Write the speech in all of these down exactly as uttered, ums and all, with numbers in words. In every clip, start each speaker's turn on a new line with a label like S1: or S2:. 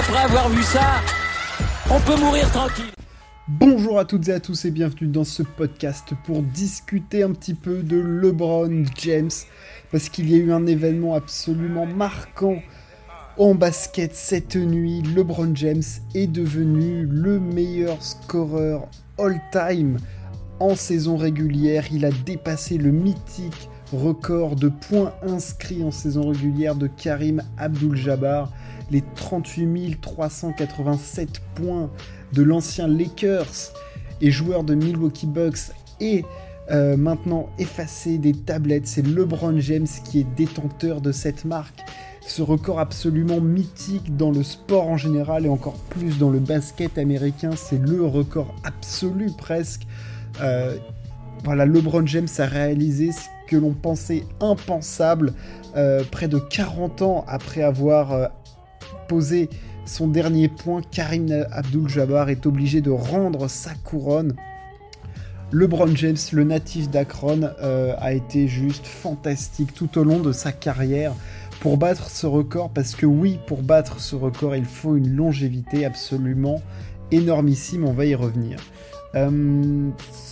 S1: après avoir vu ça, on peut mourir tranquille.
S2: Bonjour à toutes et à tous et bienvenue dans ce podcast pour discuter un petit peu de LeBron James, parce qu'il y a eu un événement absolument marquant en basket cette nuit. LeBron James est devenu le meilleur scoreur all-time en saison régulière. Il a dépassé le mythique record de points inscrits en saison régulière de Kareem Abdul-Jabbar, les trente-huit mille trois cent quatre-vingt-sept points de l'ancien Lakers et joueur de Milwaukee Bucks est euh, maintenant effacé des tablettes. C'est LeBron James qui est détenteur de cette marque. Ce record absolument mythique dans le sport en général et encore plus dans le basket américain, c'est le record absolu presque. Euh, voilà, LeBron James a réalisé ce que l'on pensait impensable euh, près de quarante ans après avoir euh, posé son dernier point. Kareem Abdul-Jabbar est obligé de rendre sa couronne. LeBron James, le natif d'Akron, euh, a été juste fantastique tout au long de sa carrière pour battre ce record, parce que oui, pour battre ce record, il faut une longévité absolument énormissime, on va y revenir. Euh,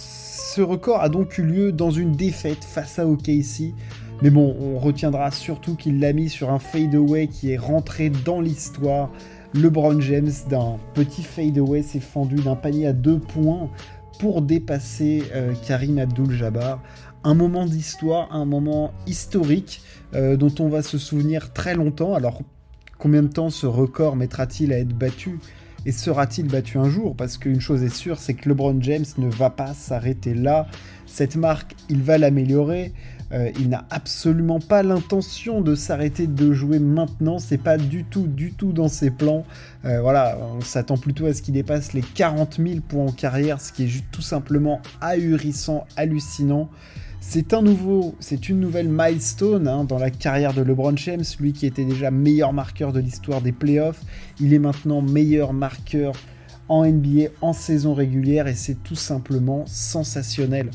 S2: ce record a donc eu lieu dans une défaite face à O K C, mais bon, on retiendra surtout qu'il l'a mis sur un fadeaway qui est rentré dans l'histoire. LeBron James, d'un petit fadeaway, s'est fendu d'un panier à deux points pour dépasser euh, Kareem Abdul-Jabbar. Un moment d'histoire, un moment historique euh, dont on va se souvenir très longtemps. Alors, combien de temps ce record mettra-t-il à être battu ? Et sera-t-il battu un jour ? Parce qu'une chose est sûre, c'est que LeBron James ne va pas s'arrêter là. Cette marque, il va l'améliorer. Euh, il n'a absolument pas l'intention de s'arrêter de jouer maintenant. C'est pas du tout, du tout dans ses plans. Euh, voilà, on s'attend plutôt à ce qu'il dépasse les quarante mille points en carrière, ce qui est juste tout simplement ahurissant, hallucinant. C'est un nouveau, c'est une nouvelle milestone hein, dans la carrière de LeBron James, lui qui était déjà meilleur marqueur de l'histoire des playoffs. Il est maintenant meilleur marqueur en N B A en saison régulière et c'est tout simplement sensationnel.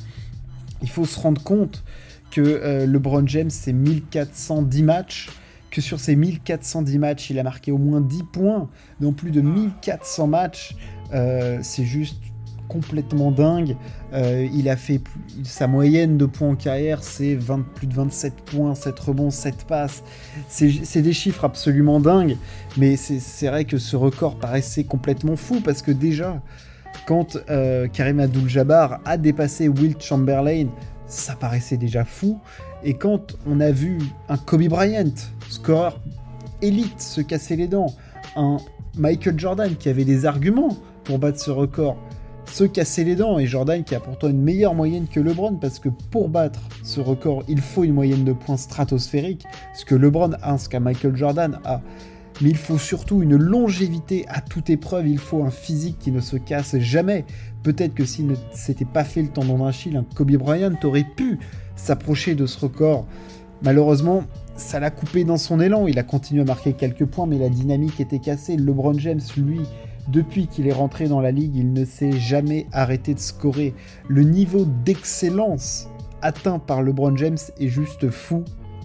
S2: Il faut se rendre compte que euh, LeBron James, c'est mille quatre cent dix matchs, que sur ces mille quatre cent dix matchs, il a marqué au moins dix points, dans plus de mille quatre cents matchs. Euh, c'est juste complètement dingue. Euh, il a fait sa moyenne de points en carrière, c'est vingt, plus de vingt-sept points, sept rebonds, sept passes. C'est, c'est des chiffres absolument dingues, mais c'est, c'est vrai que ce record paraissait complètement fou parce que déjà, quand euh, Kareem Abdul-Jabbar a dépassé Wilt Chamberlain, ça paraissait déjà fou. Et quand on a vu un Kobe Bryant, scoreur élite, se casser les dents, un Michael Jordan qui avait des arguments pour battre ce record, se casser les dents, et Jordan qui a pourtant une meilleure moyenne que LeBron, parce que pour battre ce record, il faut une moyenne de points stratosphérique, ce que LeBron a, ce qu'un Michael Jordan a. Mais il faut surtout une longévité à toute épreuve, il faut un physique qui ne se casse jamais. Peut-être que s'il ne s'était pas fait le tendon d'Achille, un Kobe Bryant aurait pu s'approcher de ce record. Malheureusement, ça l'a coupé dans son élan, il a continué à marquer quelques points, mais la dynamique était cassée. LeBron James, lui, depuis qu'il est rentré dans la ligue, il ne s'est jamais arrêté de scorer. Le niveau d'excellence atteint par LeBron James est juste fou.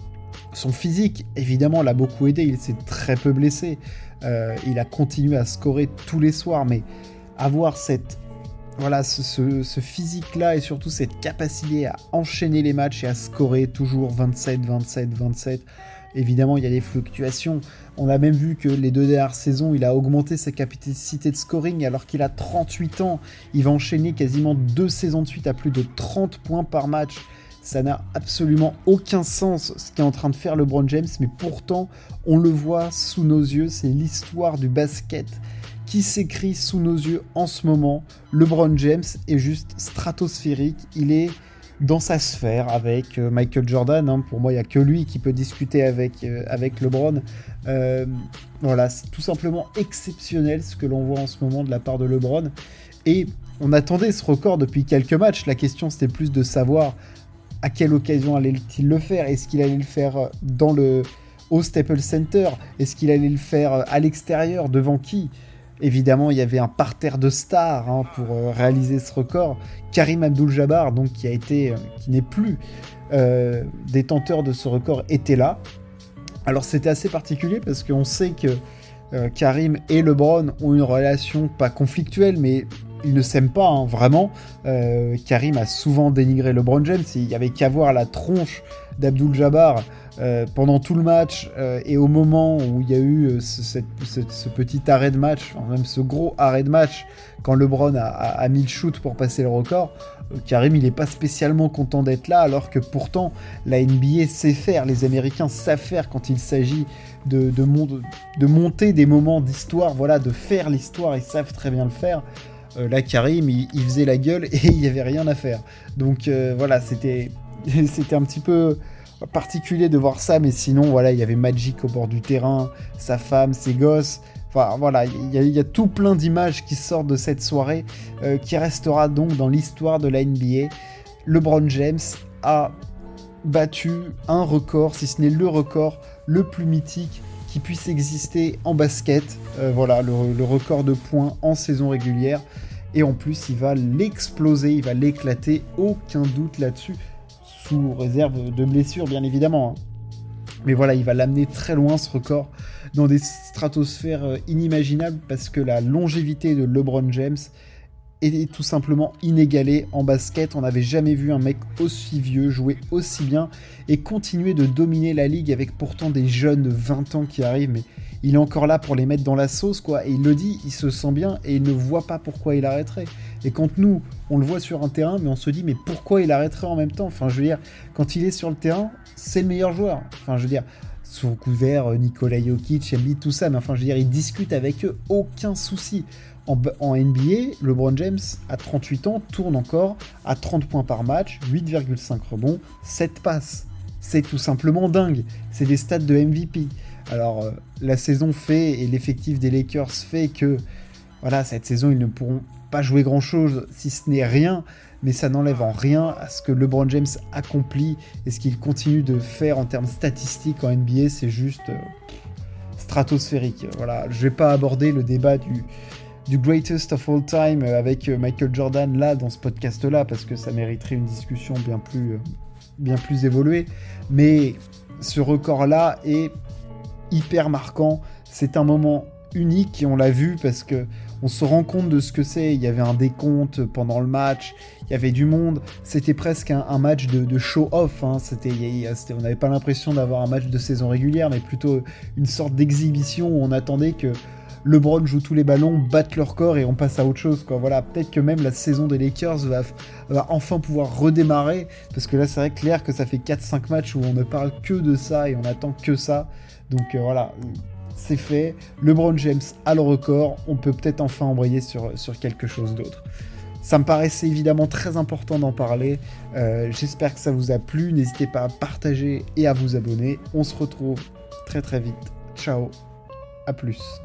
S2: Son physique, évidemment, l'a beaucoup aidé. Il s'est très peu blessé. Euh, il a continué à scorer tous les soirs. Mais avoir cette, voilà, ce, ce, ce physique-là et surtout cette capacité à enchaîner les matchs et à scorer toujours vingt-sept, vingt-sept, vingt-sept... Évidemment, il y a des fluctuations. On a même vu que les deux dernières saisons, il a augmenté sa capacité de scoring alors qu'il a trente-huit ans. Il va enchaîner quasiment deux saisons de suite à plus de trente points par match. Ça n'a absolument aucun sens ce qu'est en train de faire LeBron James, mais pourtant, on le voit sous nos yeux. C'est l'histoire du basket qui s'écrit sous nos yeux en ce moment. LeBron James est juste stratosphérique. Il est dans sa sphère avec euh, Michael Jordan. Hein. Pour moi, il n'y a que lui qui peut discuter avec, euh, avec LeBron. Euh, voilà, c'est tout simplement exceptionnel ce que l'on voit en ce moment de la part de LeBron. Et on attendait ce record depuis quelques matchs. La question, c'était plus de savoir à quelle occasion allait-il le faire. Est-ce qu'il allait le faire dans le, au Staples Center ? Est-ce qu'il allait le faire à l'extérieur ? Devant qui ? Évidemment, il y avait un parterre de stars hein, pour euh, réaliser ce record. Kareem Abdul-Jabbar, donc qui a été, euh, qui n'est plus euh, détenteur de ce record, était là. Alors c'était assez particulier parce qu'on sait que euh, Karim et LeBron ont une relation pas conflictuelle, mais ils ne s'aiment pas, hein, vraiment. Euh, Karim a souvent dénigré LeBron James, il y avait qu'à voir la tronche d'Abdul-Jabbar euh, pendant tout le match, euh, et au moment où il y a eu euh, ce, cette, ce, ce petit arrêt de match, enfin, même ce gros arrêt de match, quand LeBron a, a, a mis le shoot pour passer le record, euh, Karim il n'est pas spécialement content d'être là, alors que pourtant la N B A sait faire, les Américains savent faire quand il s'agit de, de, mon- de monter des moments d'histoire, voilà, de faire l'histoire, ils savent très bien le faire. Euh, là, Karim, il, il faisait la gueule et il n'y avait rien à faire. Donc euh, voilà, c'était, c'était un petit peu particulier de voir ça, mais sinon, voilà, il y avait Magic au bord du terrain, sa femme, ses gosses. Enfin voilà, il y, a, il y a tout plein d'images qui sortent de cette soirée, euh, qui restera donc dans l'histoire de la N B A. LeBron James a battu un record, si ce n'est le record le plus mythique qui puisse exister en basket. Euh, voilà, le, le record de points en saison régulière. Et en plus, il va l'exploser, il va l'éclater, aucun doute là-dessus, sous réserve de blessures, bien évidemment. Hein. Mais voilà, il va l'amener très loin, ce record, dans des stratosphères inimaginables, parce que la longévité de LeBron James est tout simplement inégalée en basket. On n'avait jamais vu un mec aussi vieux jouer aussi bien et continuer de dominer la ligue avec pourtant des jeunes de vingt ans qui arrivent, mais il est encore là pour les mettre dans la sauce, quoi. Et il le dit, il se sent bien et il ne voit pas pourquoi il arrêterait. Et quand nous, on le voit sur un terrain, mais on se dit, mais pourquoi il arrêterait en même temps ? Enfin, je veux dire, quand il est sur le terrain, c'est le meilleur joueur. Enfin, je veux dire, sous couvert, Nikola Jokic, Embiid, tout ça, mais enfin, je veux dire, il discute avec eux, aucun souci. En, en N B A, LeBron James, à trente-huit ans, tourne encore à trente points par match, huit virgule cinq rebonds, sept passes. C'est tout simplement dingue. C'est des stats de M V P. Alors, euh, la saison fait, et l'effectif des Lakers fait que, voilà, cette saison, ils ne pourront pas jouer grand-chose, si ce n'est rien, mais ça n'enlève en rien à ce que LeBron James accomplit et ce qu'il continue de faire en termes statistiques en N B A, c'est juste euh, stratosphérique. Voilà, je ne vais pas aborder le débat du... du greatest of all time avec Michael Jordan là dans ce podcast là parce que ça mériterait une discussion bien plus bien plus évoluée, mais ce record là est hyper marquant, c'est un moment unique et on l'a vu parce que on se rend compte de ce que c'est. Il y avait un décompte pendant le match, il y avait du monde, c'était presque un, un match de, de show-off, hein. c'était, c'était, on n'avait pas l'impression d'avoir un match de saison régulière, mais plutôt une sorte d'exhibition où on attendait que LeBron joue tous les ballons, batte leur corps et on passe à autre chose, quoi. Voilà, peut-être que même la saison des Lakers va, va enfin pouvoir redémarrer, parce que là c'est vrai clair que ça fait quatre cinq matchs où on ne parle que de ça et on attend que ça. Donc euh, voilà, c'est fait. LeBron James a le record, on peut peut-être enfin embrayer sur, sur quelque chose d'autre. Ça me paraissait évidemment très important d'en parler. Euh, j'espère que ça vous a plu. N'hésitez pas à partager et à vous abonner. On se retrouve très très vite. Ciao, à plus.